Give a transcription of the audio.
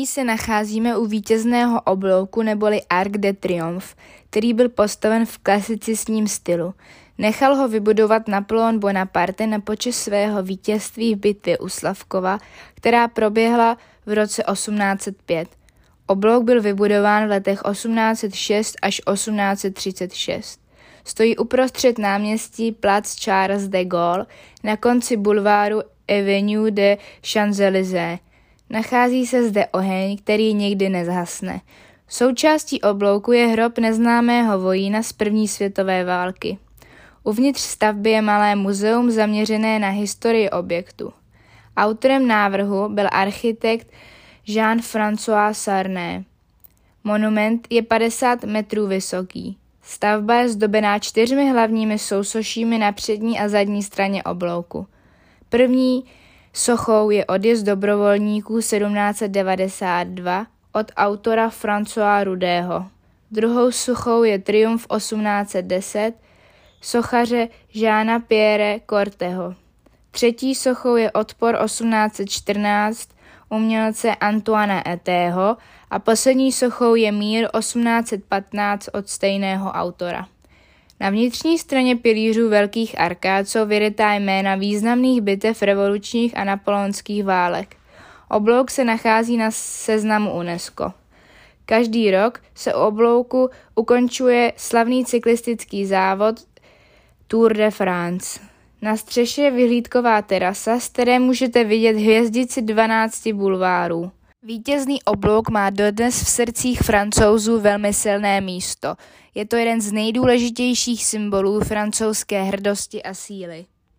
Nyní se nacházíme u vítězného oblouku neboli Arc de Triomphe, který byl postaven v klasicistním stylu. Nechal ho vybudovat Napoleon Bonaparte na počest svého vítězství v bitvě u Slavkova, která proběhla v roce 1805. Oblouk byl vybudován v letech 1806 až 1836. Stojí uprostřed náměstí Place Charles de Gaulle na konci bulváru Avenue de Champs-Élysées. Nachází se zde oheň, který nikdy nezhasne. Součástí oblouku je hrob neznámého vojína z první světové války. Uvnitř stavby je malé muzeum zaměřené na historii objektu. Autorem návrhu byl architekt Jean-François Sarné. Monument je 50 metrů vysoký. Stavba je zdobená 4 hlavními sousošími na přední a zadní straně oblouku. První sochou je Odjezd dobrovolníků 1792 od autora François Rudého. Druhou sochou je Triumf 1810 sochaře Jeana Pierre Corteho. Třetí sochou je Odpor 1814 umělce Antoana Etého a poslední sochou je Mír 1815 od stejného autora. Na vnitřní straně pilířů velkých arkád jsou vyrytá jména významných bitev revolučních a napoleonských válek. Oblouk se nachází na seznamu UNESCO. Každý rok se u oblouku ukončuje slavný cyklistický závod Tour de France. Na střeše je vyhlídková terasa, z které můžete vidět hvězdici 12 bulvárů. Vítězný oblouk má dodnes v srdcích Francouzů velmi silné místo. Je to jeden z nejdůležitějších symbolů francouzské hrdosti a síly.